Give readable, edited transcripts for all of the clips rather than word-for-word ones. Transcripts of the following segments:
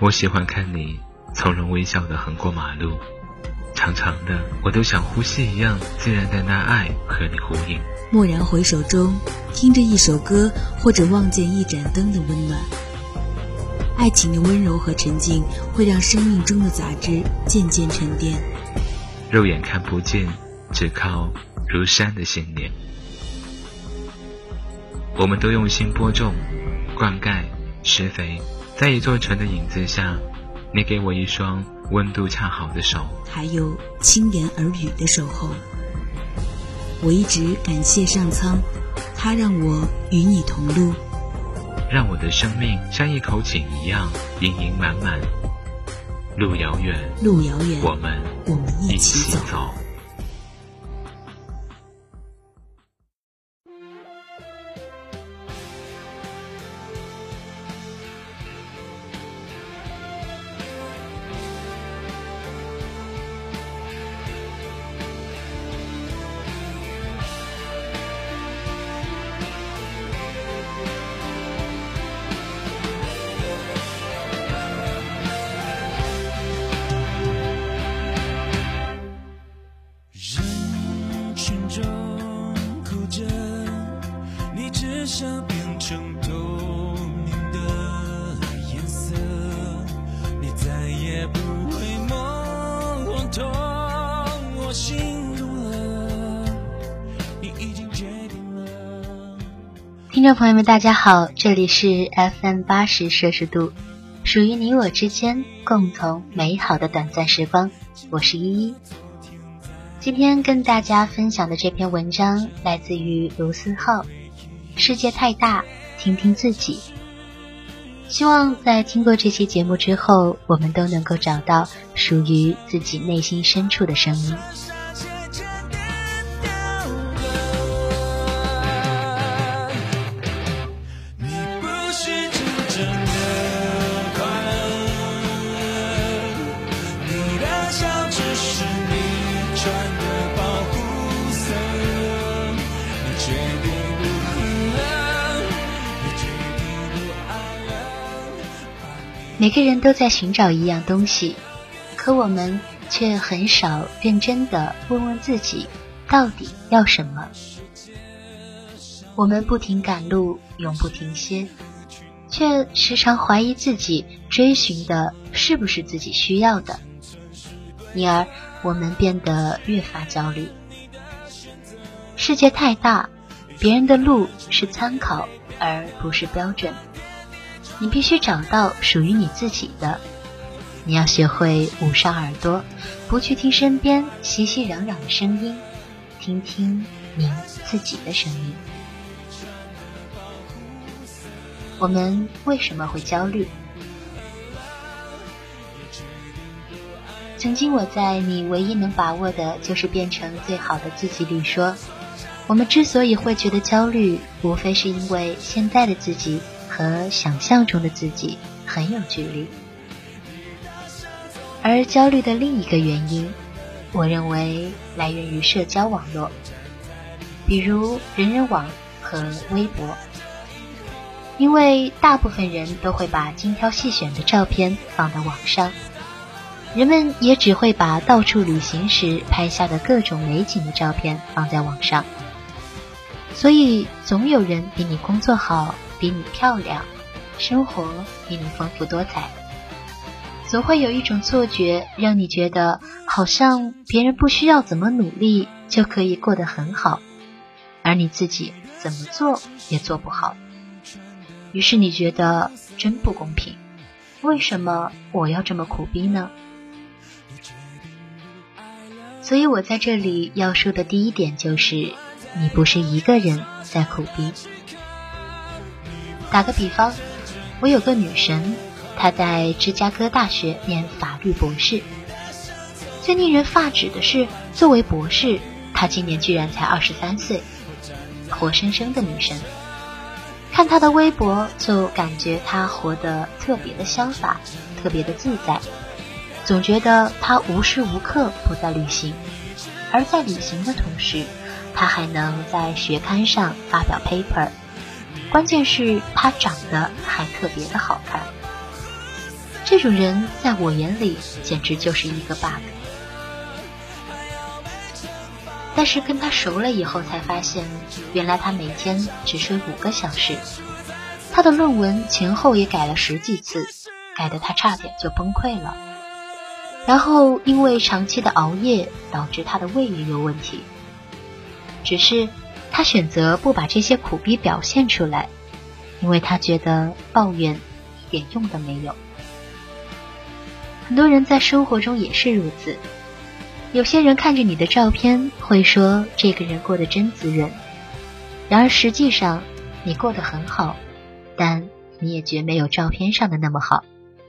我喜欢看你从容微笑地横过马路，长长的我都像呼吸一样自然地拿爱和你呼应。 蓦然回首中，听着一首歌，或者望见一盏灯的温暖。爱情的温柔和沉静会让生命中的杂质渐渐沉淀。 肉眼看不见，只靠如山的信念。我们都用心播种、灌溉、施肥，在一座城的影子下，你给我一双温度恰好的手， 还有轻言耳语的守候。我一直感谢上苍，它让我与你同路， 让我的生命像一口井一样盈盈满满。路遥远， 路遥远， 我们一起走。 只想变成透明的颜色，你再也不会摸透我心中了，你已经决定了。 听众朋友们大家好，这里是 FM80摄氏度，属于你我之间共同美好的短暂时光，我是依依。今天跟大家分享的这篇文章来自于卢思浩，世界太大，听听自己。希望在听过这期节目之后，我们都能够找到属于自己内心深处的声音。每个人都在寻找一样东西，可我们却很少认真地问问自己到底要什么。我们不停赶路，永不停歇，却时常怀疑自己追寻的是不是自己需要的，因而我们变得越发焦虑。世界太大，别人的路是参考而不是标准，你必须找到属于你自己的。你要学会捂上耳朵，不去听身边熙熙攘攘的声音，听听你自己的声音。我们为什么会焦虑？曾经我在你唯一能把握的就是变成最好的自己里说，我们之所以会觉得焦虑，无非是因为现在的自己和想象中的自己很有距离。而焦虑的另一个原因，我认为来源于社交网络，比如人人网和微博。因为大部分人都会把精挑细选的照片放到网上，人们也只会把到处旅行时拍下的各种美景的照片放在网上，所以总有人比你工作好，比你漂亮，生活比你丰富多彩。总会有一种错觉，让你觉得好像别人不需要怎么努力就可以过得很好，而你自己怎么做也做不好。于是你觉得真不公平，为什么我要这么苦逼呢？所以我在这里要说的第一点就是，你不是一个人在苦逼。打个比方，我有个女神，她在芝加哥大学念法律博士。最令人发指的是，作为博士，她今年居然才23岁，活生生的女神。看她的微博，就感觉她活得特别的潇洒，特别的自在，总觉得她无时无刻不在旅行，而在旅行的同时，她还能在学刊上发表 paper， 关键是她长得还特别的好看。 这种人在我眼里简直就是一个 bug。但是跟他熟了以后才发现，原来他每天只睡5个小时，他的论文前后也改了10几次，改得他差点就崩溃了。然后因为长期的熬夜，导致他的胃也有问题。只是他选择不把这些苦逼表现出来，因为他觉得抱怨一点用都没有。很多人在生活中也是如此，有些人看着你的照片会说这个人过得真滋润，然而实际上你过得很好，但你也绝没有照片上的那么好。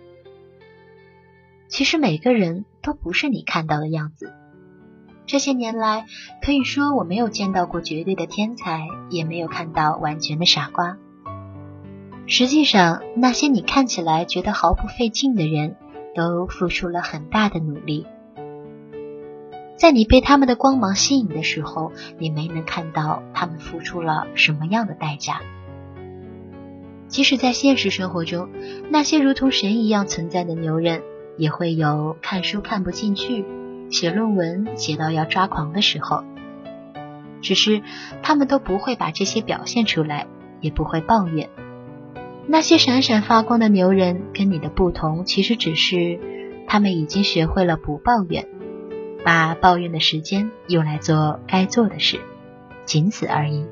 其实每个人都不是你看到的样子。这些年来，可以说我没有见到过绝对的天才，也没有看到完全的傻瓜。实际上，那些你看起来觉得毫不费劲的人，都付出了很大的努力。在你被他们的光芒吸引的时候，你没能看到他们付出了什么样的代价。即使在现实生活中，那些如同神一样存在的牛人，也会有看书看不进去，写论文写到要抓狂的时候。只是他们都不会把这些表现出来，也不会抱怨。那些闪闪发光的牛人跟你的不同，其实只是他们已经学会了不抱怨，把抱怨的时间用来做该做的事，仅此而已。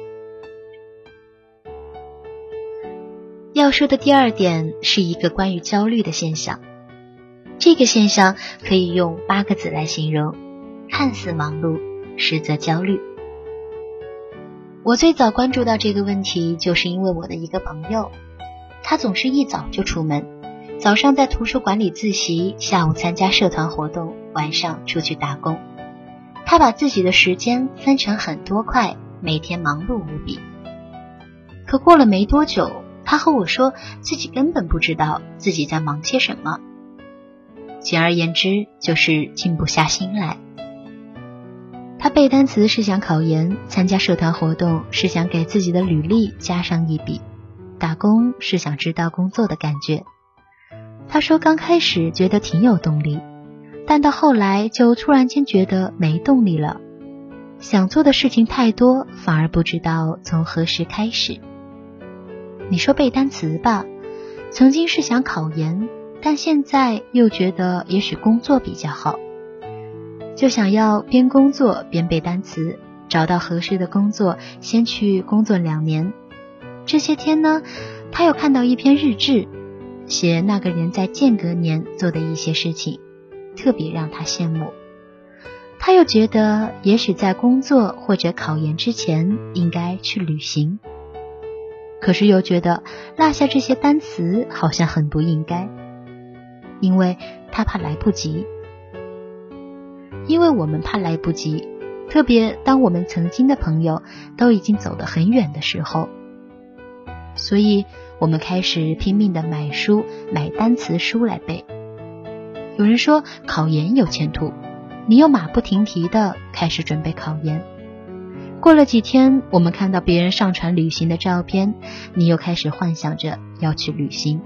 要说的第2点是一个关于焦虑的现象。这个现象可以用8个字来形容：看似忙碌，实则焦虑。我最早关注到这个问题，就是因为我的一个朋友，他总是一早就出门，早上在图书馆里自习，下午参加社团活动，晚上出去打工。他把自己的时间分成很多块，每天忙碌无比。可过了没多久，他和我说自己根本不知道自己在忙些什么。简而言之，就是静不下心来。他背单词是想考研，参加社团活动是想给自己的履历加上一笔，打工是想知道工作的感觉。他说刚开始觉得挺有动力，但到后来就突然间觉得没动力了，想做的事情太多，反而不知道从何时开始。你说背单词吧，曾经是想考研，但现在又觉得也许工作比较好，就想要边工作边背单词，找到合适的工作，先去工作2年。这些天呢，他又看到一篇日志，写那个人在间隔年做的一些事情，特别让他羡慕。他又觉得也许在工作或者考研之前应该去旅行，可是又觉得落下这些单词好像很不应该，因为他怕来不及。因为我们怕来不及，特别当我们曾经的朋友都已经走得很远的时候，所以我们开始拼命的买书，买单词书来背。有人说考研有前途，你又马不停蹄的开始准备考研。过了几天，我们看到别人上传旅行的照片，你又开始幻想着要去旅行。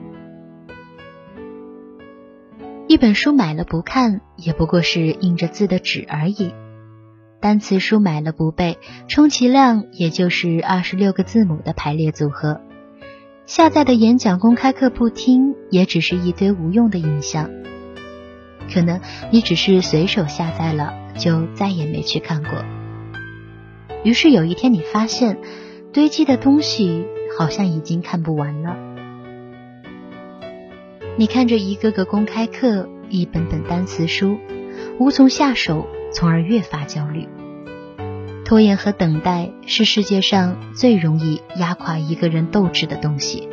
一本书买了不看，也不过是印着字的纸而已。单词书买了不背，充其量也就是26个字母的排列组合。下载的演讲公开课不听，也只是一堆无用的影像。可能你只是随手下载了，就再也没去看过。于是有一天你发现，堆积的东西好像已经看不完了。你看着一个个公开课，一本本单词书，无从下手，从而越发焦虑。拖延和等待是世界上最容易压垮一个人斗志的东西。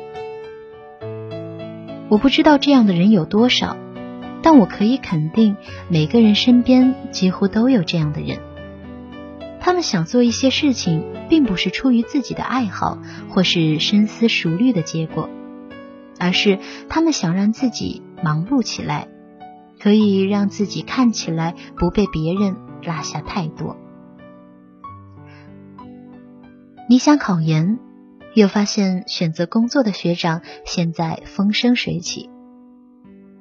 我不知道这样的人有多少，但我可以肯定，每个人身边几乎都有这样的人。他们想做一些事情，并不是出于自己的爱好，或是深思熟虑的结果，而是他们想让自己忙碌起来，可以让自己看起来不被别人落下太多。你想考研，又发现选择工作的学长现在风生水起，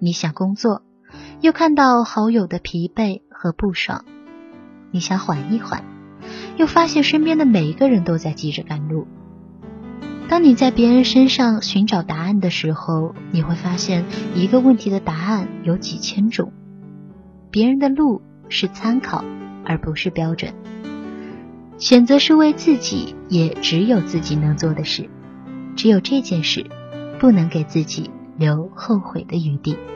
你想工作，又看到好友的疲惫和不爽，你想缓一缓，又发现身边的每一个人都在急着赶路。当你在别人身上寻找答案的时候，你会发现一个问题的答案有几千种。别人的路是参考，而不是标准。选择是为自己，也只有自己能做的事。只有这件事，不能给自己留后悔的余地。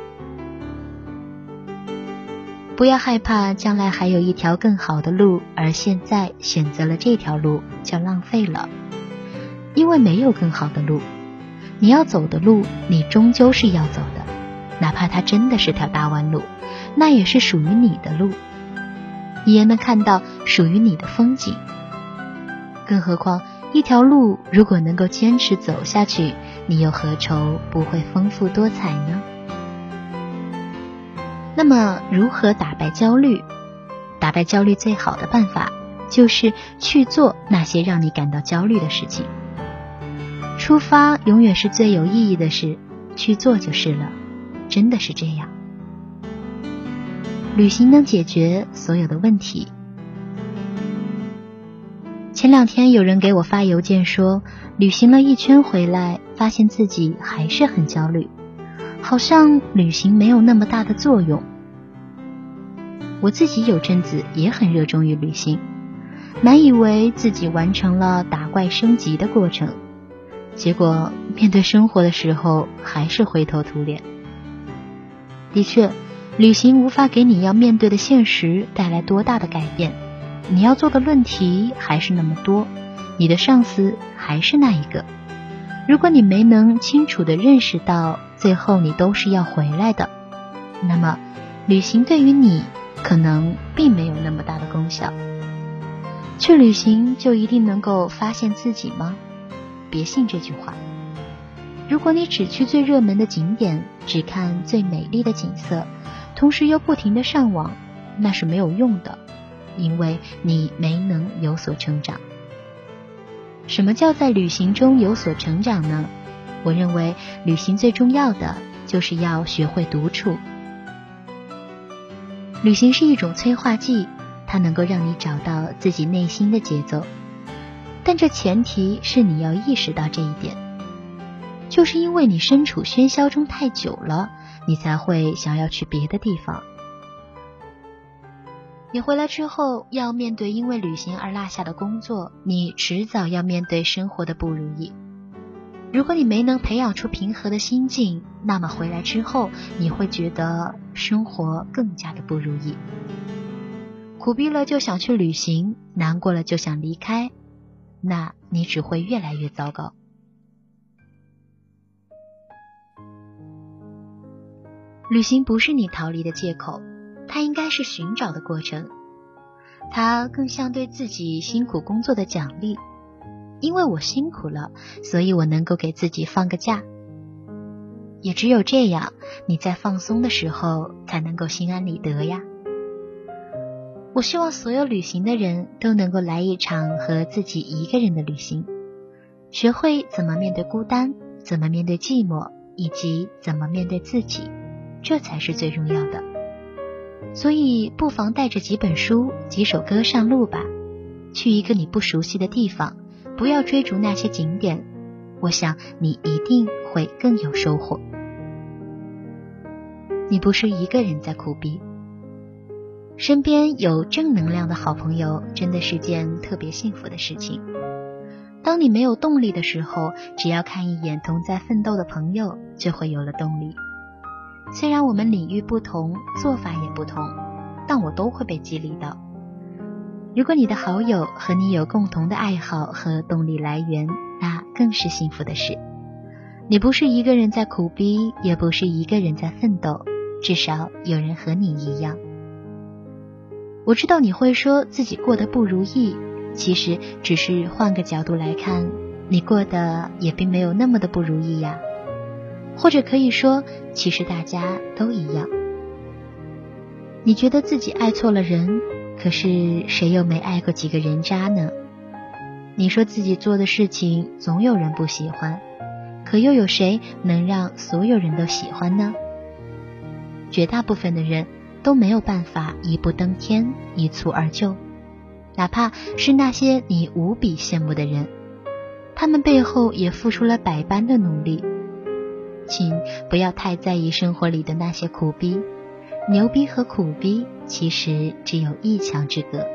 不要害怕将来还有一条更好的路，而现在选择了这条路就浪费了。因为没有更好的路，你要走的路你终究是要走的，哪怕它真的是条大弯路，那也是属于你的路，你也能看到属于你的风景。更何况一条路如果能够坚持走下去，你又何愁不会丰富多彩呢？那么如何打败焦虑？打败焦虑最好的办法就是去做那些让你感到焦虑的事情。出发永远是最有意义的事，去做就是了，真的是这样。旅行能解决所有的问题。前2天有人给我发邮件说，旅行了1圈回来，发现自己还是很焦虑，好像旅行没有那么大的作用。我自己有阵子也很热衷于旅行，满以为自己完成了打怪升级的过程，结果面对生活的时候还是灰头土脸。的确，旅行无法给你要面对的现实带来多大的改变，你要做的论题还是那么多，你的上司还是那一个。如果你没能清楚地认识到最后你都是要回来的，那么旅行对于你可能并没有那么大的功效。去旅行就一定能够发现自己吗？别信这句话。如果你只去最热门的景点，只看最美丽的景色，同时又不停地上网，那是没有用的，因为你没能有所成长。什么叫在旅行中有所成长呢？我认为旅行最重要的就是要学会独处。旅行是一种催化剂，它能够让你找到自己内心的节奏，但这前提是你要意识到这一点。就是因为你身处喧嚣中太久了，你才会想要去别的地方。你回来之后要面对因为旅行而落下的工作，你迟早要面对生活的不如意。如果你没能培养出平和的心境，那么回来之后你会觉得生活更加的不如意。苦逼了就想去旅行，难过了就想离开，那你只会越来越糟糕。旅行不是你逃离的借口，它应该是寻找的过程，它更像对自己辛苦工作的奖励。因为我辛苦了，所以我能够给自己放个假。也只有这样，你在放松的时候才能够心安理得呀。我希望所有旅行的人都能够来一场和自己一个人的旅行，学会怎么面对孤单，怎么面对寂寞，以及怎么面对自己，这才是最重要的。所以不妨带着几本书、几首歌上路吧，去一个你不熟悉的地方，不要追逐那些景点，我想你一定会更有收获。你不是一个人在苦逼，身边有正能量的好朋友真的是件特别幸福的事情。当你没有动力的时候，只要看一眼同在奋斗的朋友，就会有了动力。虽然我们领域不同，做法也不同，但我都会被激励到。如果你的好友和你有共同的爱好和动力来源，那更是幸福的事。你不是一个人在苦逼，也不是一个人在奋斗，至少有人和你一样。我知道你会说自己过得不如意，其实只是换个角度来看，你过得也并没有那么的不如意呀。或者可以说，其实大家都一样。你觉得自己爱错了人，可是谁又没爱过几个人渣呢？你说自己做的事情总有人不喜欢，可又有谁能让所有人都喜欢呢？ 绝大部分的人都没有办法一步登天，一蹴而就，哪怕是那些你无比羡慕的人，他们背后也付出了百般的努力。请不要太在意生活里的那些苦逼，牛逼和苦逼其实只有一墙之隔。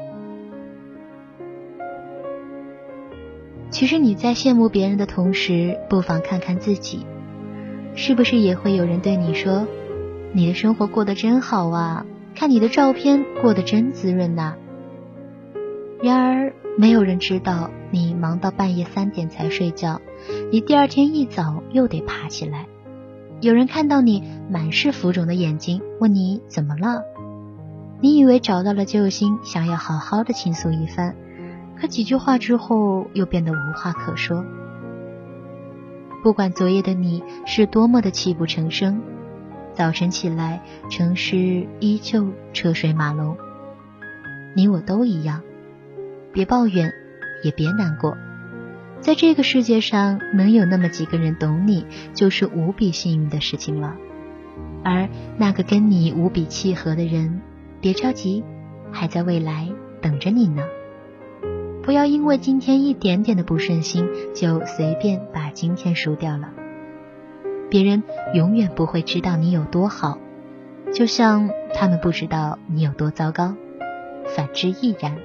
其实你在羡慕别人的同时，不妨看看自己，是不是也会有人对你说，你的生活过得真好啊，看你的照片过得真滋润啊。然而没有人知道，你忙到半夜3点才睡觉，你第二天一早又得爬起来。有人看到你满是浮肿的眼睛，问你怎么了，你以为找到了救星，想要好好的倾诉一番，可几句话之后又变得无话可说。不管昨夜的你是多么的泣不成声，早晨起来城市依旧车水马龙。你我都一样，别抱怨，也别难过，在这个世界上能有那么几个人懂你，就是无比幸运的事情了。而那个跟你无比契合的人，别着急，还在未来等着你呢。不要因为今天一点点的不顺心，就随便把今天输掉了。别人永远不会知道你有多好，就像他们不知道你有多糟糕，反之亦然。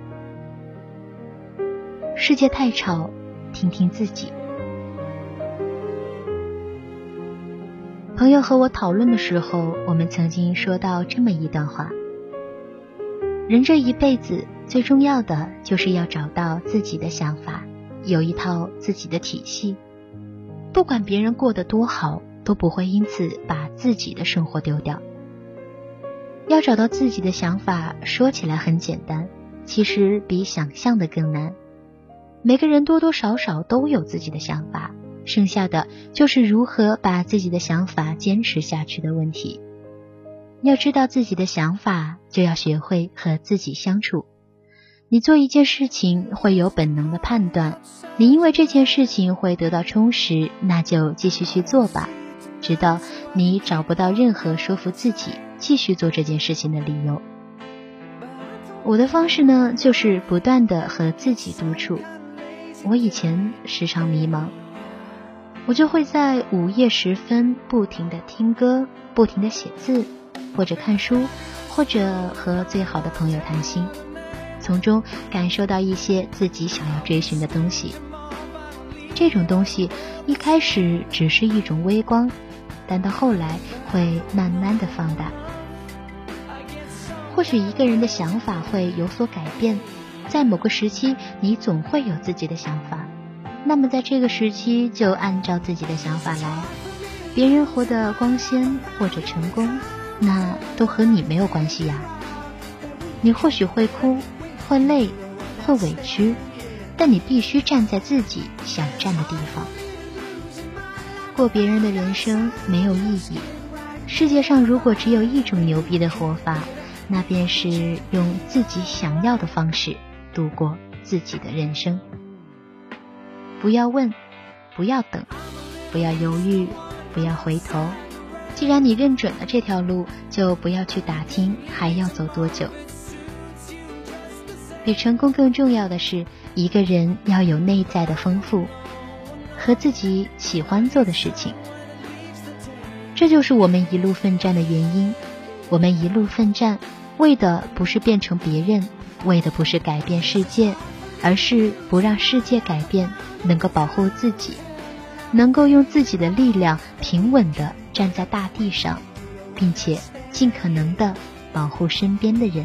世界太吵，听听自己。朋友和我讨论的时候，我们曾经说到这么一段话：人这一辈子最重要的就是要找到自己的想法，有一套自己的体系。不管别人过得多好，都不会因此把自己的生活丢掉。要找到自己的想法，说起来很简单，其实比想象的更难。每个人多多少少都有自己的想法，剩下的就是如何把自己的想法坚持下去的问题。要知道自己的想法，就要学会和自己相处。你做一件事情会有本能的判断，你因为这件事情会得到充实，那就继续去做吧，直到你找不到任何说服自己继续做这件事情的理由。我的方式呢，就是不断的和自己独处。我以前时常迷茫，我就会在午夜时分不停的听歌，不停的写字，或者看书，或者和最好的朋友谈心，从中感受到一些自己想要追寻的东西。这种东西一开始只是一种微光，但到后来会慢慢的放大。或许一个人的想法会有所改变，在某个时期你总会有自己的想法，那么在这个时期就按照自己的想法来。别人活得光鲜或者成功，那都和你没有关系呀。你或许会哭，会累，会委屈，但你必须站在自己想站的地方。过别人的人生没有意义。世界上如果只有一种牛逼的活法，那便是用自己想要的方式度过自己的人生。不要问，不要等，不要犹豫，不要回头。既然你认准了这条路，就不要去打听还要走多久。比成功更重要的是，一个人要有内在的丰富和自己喜欢做的事情。这就是我们一路奋战的原因。我们一路奋战，为的不是变成别人，为的不是改变世界，而是不让世界改变，能够保护自己，能够用自己的力量平稳地站在大地上，并且尽可能地保护身边的人。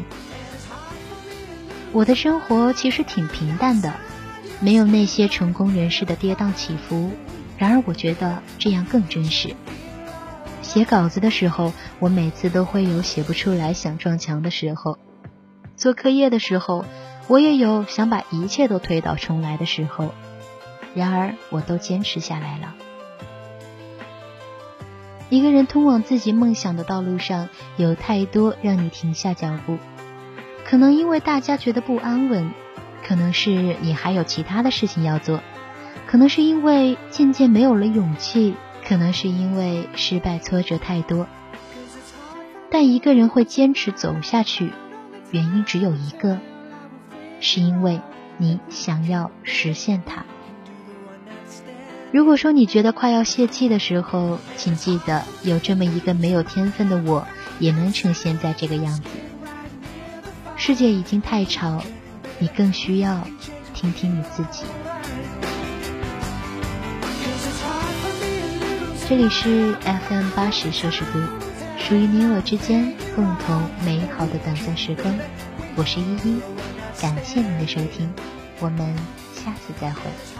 我的生活其实挺平淡的，没有那些成功人士的跌宕起伏，然而我觉得这样更真实。写稿子的时候，我每次都会有写不出来想撞墙的时候；做课业的时候，我也有想把一切都推倒重来的时候，然而我都坚持下来了。一个人通往自己梦想的道路上，有太多让你停下脚步，可能因为大家觉得不安稳，可能是你还有其他的事情要做，可能是因为渐渐没有了勇气，可能是因为失败挫折太多。 但一个人会坚持走下去，原因只有一个，是因为你想要实现它。如果说你觉得快要泄气的时候，请记得有这么一个没有天分的我，也能呈现在这个样子。世界已经太吵，你更需要听听你自己。这里是 FM 80摄氏度，属于你我之间共同美好的短暂时光。我是依依，感谢您的收听，我们下次再会。